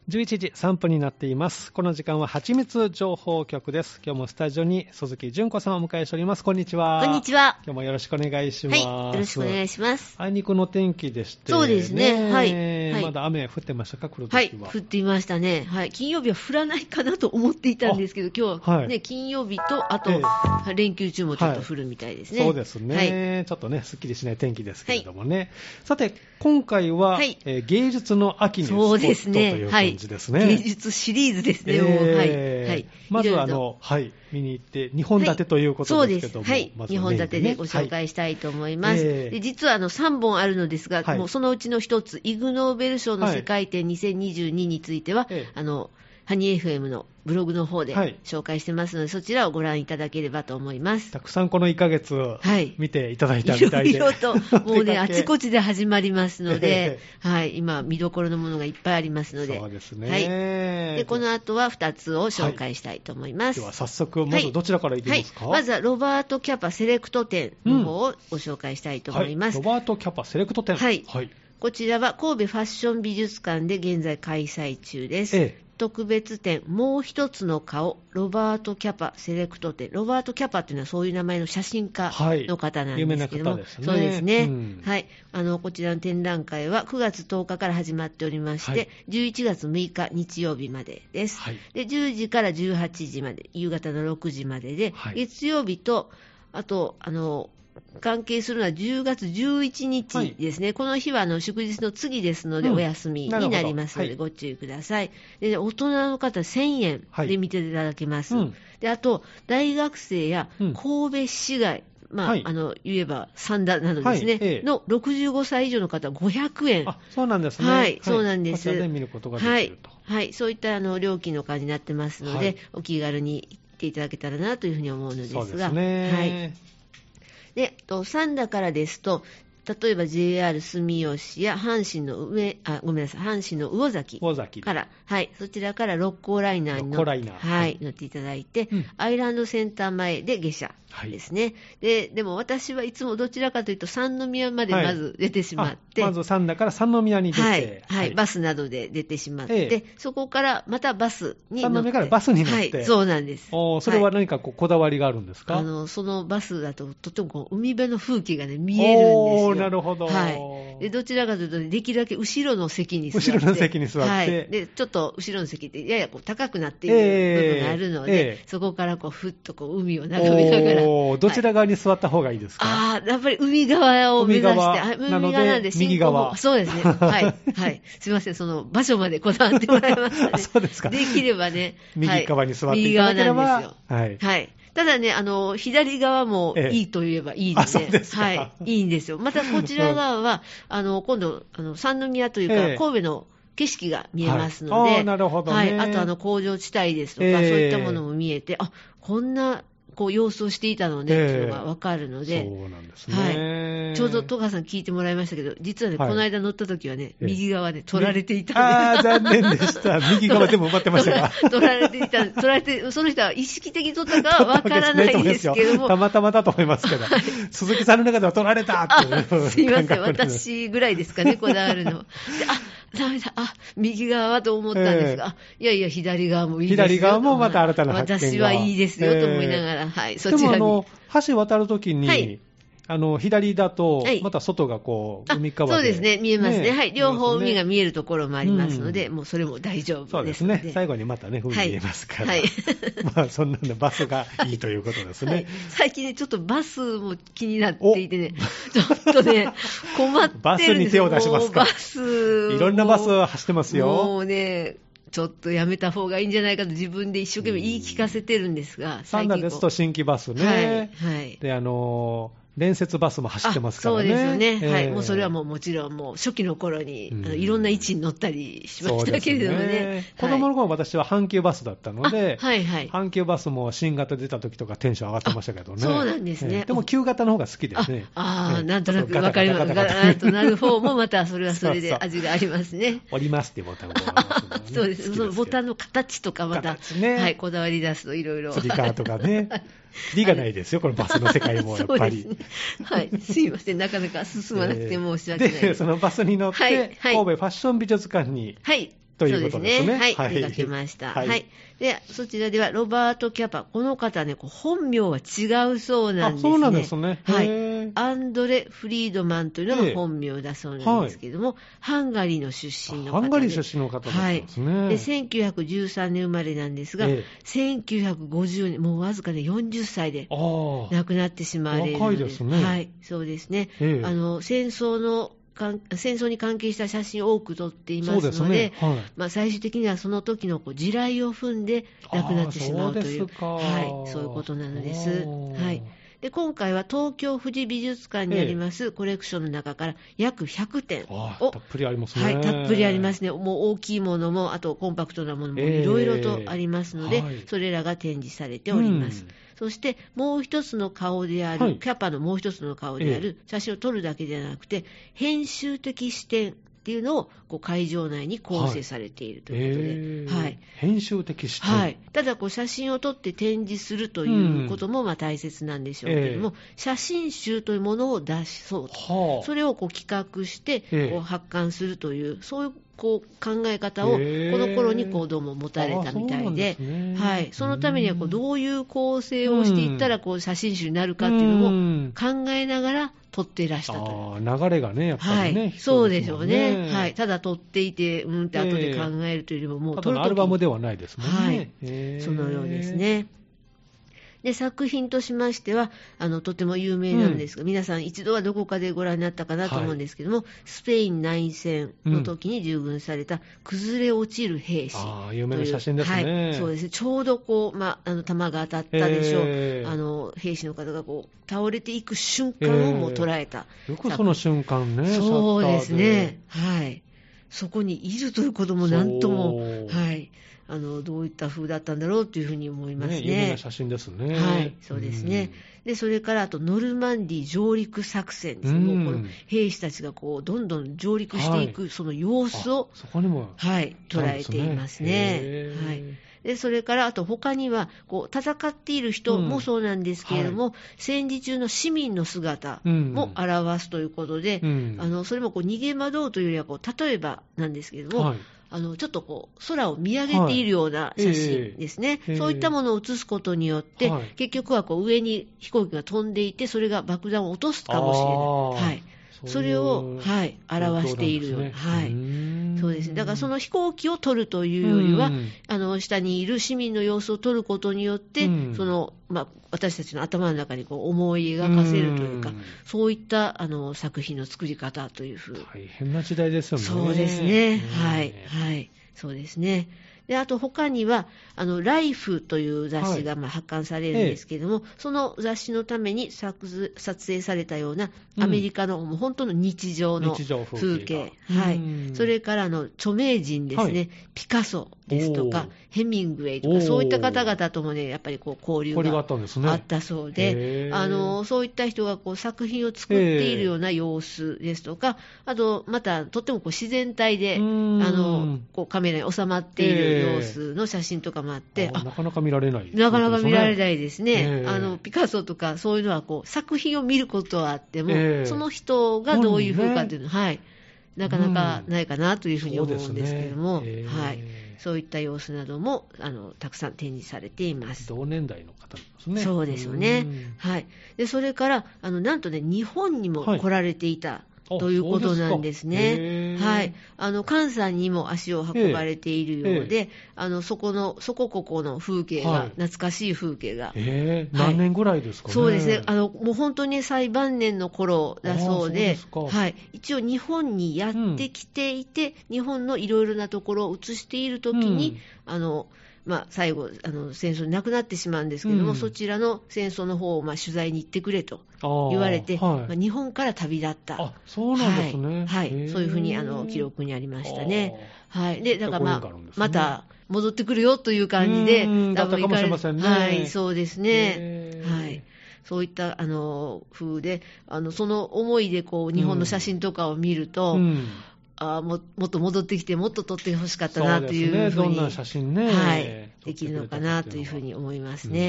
11時3分になっています。この時間ははちみつ情報局です。今日もスタジオに鈴木純子さんをお迎えしております。こんにちは。 こんにちは。 今日もよろしくお願いします。 はい、よろしくお願いします。 あいにくの天気でして、 そうですね。はい。 まだ雨降ってましたか、来るときは。 はい、降っていましたね。はい。金曜日は降らないかなと思っていたんですけど、今日はね、金曜日と、あと、連休中もちょっと降るみたいですね。 そうですね。ちょっとね、すっきりしない天気ですけれどもね。さて、今回は、芸術の秋にスポットという感じですね。 芸術シリーズですね。はい。 まず見に行って2本立てということですけども、 そうです。はい。2本立てでご紹介したいと思います。で実は3本あるのですが、もうそのうちの1つ、イグ・ノーベル賞の世界展2022については、ハニー FM のブログの方で紹介してますので、そちらをご覧いただければと思います。 たくさんこの1ヶ月見ていただいたみたいで、 いろいろともうねあちこちで始まりますので、今見どころのものがいっぱいありますので、 そうですね。 でこの後は2つを紹介したいと思います。 では早速まずどちらからいきますか。 まずはロバート・キャパセレクト展の方をご紹介したいと思います。 ロバート・キャパセレクト展。 こちらは神戸ファッション美術館で現在開催中です。特別展、もう一つの顔、ロバート・キャパセレクト展。ロバート・キャパというのはそういう名前の写真家の方なんですけども、 有名な方ですね。 そうですね。こちらの展覧会は9月10日から始まっておりまして、11月6日日曜日までです。で、10時から18時まで、夕方の6時までで、月曜日と、あと、関係するのは10月11日ですね。この日は祝日の次ですので、お休みになりますので、ご注意ください。で、大人の方1000円で見ていただけます。で、あと、大学生や神戸市外、言えば三田などですね、の65歳以上の方は500円。 そうなんですね。 そうなんです。 こちらで見ることができると。 そういった料金の感じになってますので、お気軽に行っていただけたらなというふうに思うのですが。 そうですね。 で、三田からですと、例えば JR 住吉や阪神の魚崎から、そちらから六甲ライナーに乗っていただいて、アイランドセンター前で下車ですね。でも私はいつもどちらかというと三宮までまず出てしまって、 まず三田から三宮に出て、 バスなどで出てしまって、そこからまたバスに乗って、 三宮からバスに乗って、 そうなんです。 それは何かこだわりがあるんですか？ そのバスだととても海辺の風景がね見えるんですよ。 なるほど。 でどちらかというと、できるだけ後ろの席に座って、でちょっと後ろの席ってやや高くなっている部分があるので、そこからふっと海を眺めながら。 どちら側に座った方がいいですか？ やっぱり海側を目指して、 海側なんで右側。 そうですね。すいません、その場所までこだわってもらいましたね。 そうですか。 できればね、 右側に座っていただければ。 右側なんですよ。ただね、左側もいいと言えばいいので、いいんですよ。またこちら側は、今度、三宮というか、神戸の景色が見えますので、 なるほどね。 あと工場地帯ですとか、そういったものも見えて、こんな、様子をしていたのね、っていうのがわかるので、 そうなんですね。 ちょうど戸川さん聞いてもらいましたけど、実はね、この間乗った時はね、右側で取られていたんで。残念でした。右側でも埋まってましたか？ 取られて、その人は意識的に取ったかはわからないですけども。 たまたまだと思いますけど、鈴木さんの中では取られたっていう。 すいません、私ぐらいですかね、こだわるのは。ダメだ、右側はと思ったんですが、いや、左側もいいですよ。 左側もまた新たな発見が。 私はいいですよと思いながら、そちらに。 でも橋渡るときに、左だと、また外が海側で。 そうですね、見えますね。両方海が見えるところもありますので、もうそれも大丈夫です。 そうですね。最後にまたね、海見えますから。そんなんでバスがいいということですね。 最近ね、ちょっとバスも気になっていてね、ちょっとね、困ってるんですよ。 バスに手を出しますか？ バス。 いろんなバス走ってますよ。 もうね、ちょっとやめた方がいいんじゃないかと自分で一生懸命言い聞かせてるんですが、 三田ですと新規バスね。で、連接バスも走ってますからね。 そうですよね。もうそれはもちろん初期の頃にいろんな位置に乗ったりしましたけれどもね。 子供の頃私は阪急バスだったので、阪急バスも新型出た時とかテンション上がってましたけどね。 そうなんですね。 でも旧型の方が好きですね。 なんとなくわかります。なんとなる方もまたそれはそれで味がありますね。 降りますってボタンがありますね。 そうです。そのボタンの形とかまたこだわり出すといろいろ。 つり革とかね。キリがないですよ、このバスの世界もやっぱり。 すいません、なかなか進まなくて申し訳ない。 で、そのバスに乗って、神戸ファッション美術館にということですね。 はい、出かけました。はい。で、そちらではロバート・キャパ、この方ね、本名は違うそうなんですね。 そうなんですね。 はい。アンドレ・フリードマンというのが本名だそうなんですけども、ハンガリーの出身の方で。 ハンガリー出身の方だったんですね。 はい。で、1913年生まれなんですが、1950年、もうわずかね、40歳で亡くなってしまわれる。 若いですね。 はい、そうですね。戦争に関係した写真を多く撮っていますので、最終的にはその時の地雷を踏んで亡くなってしまうという、そういうことなのです。はい。で、今回は東京富士美術館にありますコレクションの中から約100点を、 たっぷりありますね。 はい、たっぷりありますね。もう大きいものも、あとコンパクトなものもいろいろとありますので、それらが展示されております。そしてもう一つの顔である、キャパのもう一つの顔である写真を撮るだけではなくて、編集的視点っていうのを会場内に構成されているということで、 編集的視点、 はい、ただ写真を撮って展示するということも大切なんでしょうけれども、写真集というものを出そうと、それを企画して発刊するという、そういう考え方をこの頃にどうも持たれたみたいで、はい、そのためにはどういう構成をしていったら写真集になるかっていうのも考えながら撮っていらしたという。 流れがね、やっぱりね、 そうでしょうね。はい、ただ撮っていて、って後で考えるというよりも、もう撮るときに、 アルバムではないですもんね。 そのようですね。で、作品としましてはとても有名なんですが、皆さん一度はどこかでご覧になったかなと思うんですけども、スペイン内戦の時に従軍された崩れ落ちる兵士、 有名な写真ですね。 そうですね。ちょうど弾が当たったでしょう、兵士の方が倒れていく瞬間をもう捉えた、 よくその瞬間ね。 そうですね。はい。そこにいるということもなんとも、はい。どういった風だったんだろうというふうに思いますね。 有名な写真ですね。 はい、そうですね。で、それからノルマンディ上陸作戦ですね。もうこの兵士たちがどんどん上陸していく、その様子を、 そこにも、 捉えていますね。はい。で、それから他には戦っている人もそうなんですけれども、戦時中の市民の姿も表すということで、それも逃げ惑うというよりは例えばなんですけれども、ちょっと空を見上げているような写真ですね、そういったものを写すことによって、結局は上に飛行機が飛んでいて、それが爆弾を落とすかもしれない。それを、表しているような。そうですね。だからその飛行機を撮るというよりは、下にいる市民の様子を撮ることによって、私たちの頭の中に思い描かせるというか、そういった作品の作り方というふう。 大変な時代ですよね。 そうですね。はい。はい。そうですね。で、あと他には、ライフという雑誌が発刊されるんですけれども、その雑誌のために撮影されたようなアメリカの、もう本当の日常の風景。はい。それから著名人ですね、ピカソですとか、ヘミングウェイとか、そういった方々ともね、やっぱり交流があったそうで、そういった人が作品を作っているような様子ですとか、あと、また、とっても自然体で、カメラに収まっている様子の写真とかもあって、 なかなか見られない、 なかなか見られないですね。ピカソとかそういうのは作品を見ることはあっても、その人がどういう風かっていうのは、なかなかないかなというふうに思うんですけれども、そういった様子などもたくさん展示されています。 同年代の方ですね。 そうですよね。はい。で、それからなんとね、日本にも来られていた。ということなんですね。はい。関西にも足を運ばれているようで、そこここの風景が、懐かしい風景が。 何年ぐらいですかね。 そうですね。もう本当に最晩年の頃だそうで、はい。一応日本にやってきていて、日本のいろいろなところを映しているときに、最後戦争に亡くなってしまうんですけども、そちらの戦争の方を取材に行ってくれと言われて、日本から旅立った。 そうなんですね。 はい。そういうふうに記録にありましたね。はい。で、だからまた戻ってくるよという感じで、 多分行かれませんね。 はい、そうですね。はい。そういった風で、その思いで日本の写真とかを見ると、もっと戻ってきてもっと撮ってほしかったなというふうに、 どんな写真ね、 はい、できるのかなというふうに思いますね。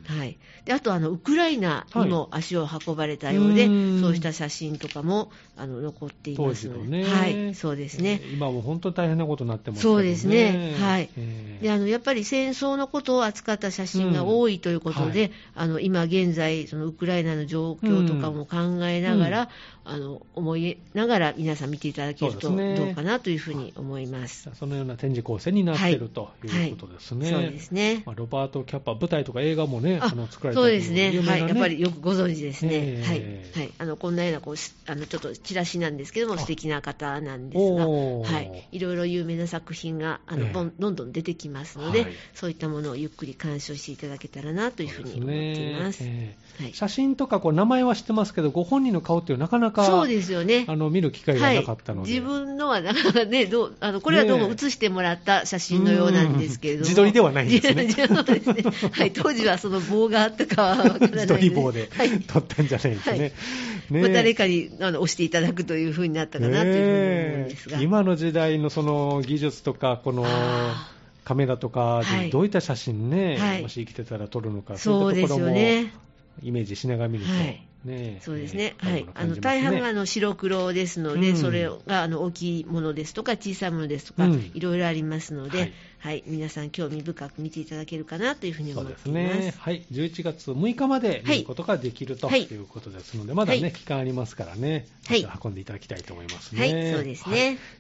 はい、であとウクライナにも足を運ばれたようで、そうした写真とかも残っていますので、 ね、 はい、そうですね、 今も本当に大変なことになってますけどね。 そうですね、はい、でやっぱり戦争のことを扱った写真が多いということで、今現在そのウクライナの状況とかも考えながら、思いながら皆さん見ていただけるとどうかなというふうに思います。 そのような展示構成になっているということですね。 そうですね。 ロバート・キャッパー、舞台とか映画もね、作られたそうですね、はい、やっぱりよくご存知ですね。はい、こんなようなちょっとチラシなんですけども、素敵な方なんですが、はい、いろいろ有名な作品がどんどん出てきますので、そういったものをゆっくり鑑賞していただけたらなというふうに思っています。 写真とか名前は知ってますけど、ご本人の顔っていうのはなかなかそうですよね、 見る機会がなかったので、 自分のはなかなかね、これはどうも写してもらった写真のようなんですけれども、 自撮りではないんですね。 そうですね、はい、当時はその棒があったかは分からないので、 自撮り棒で撮ったんじゃないですね。 誰かに押していただくという風になったかなというふうに思うんですが、 今の時代のその技術とかカメラとかでどういった写真ね、もし生きてたら撮るのか、 そういうところもイメージしながら見ると、 そうですね、大半が白黒ですので、それが大きいものですとか小さいものですとか、いろいろありますので、皆さん興味深く見ていただけるかなというふうに思っています。 そうですね、はい、11月6日まで見ることができるということですので、まだね、期間ありますからね、足を運んでいただきたいと思いますね。 はい、そうですね。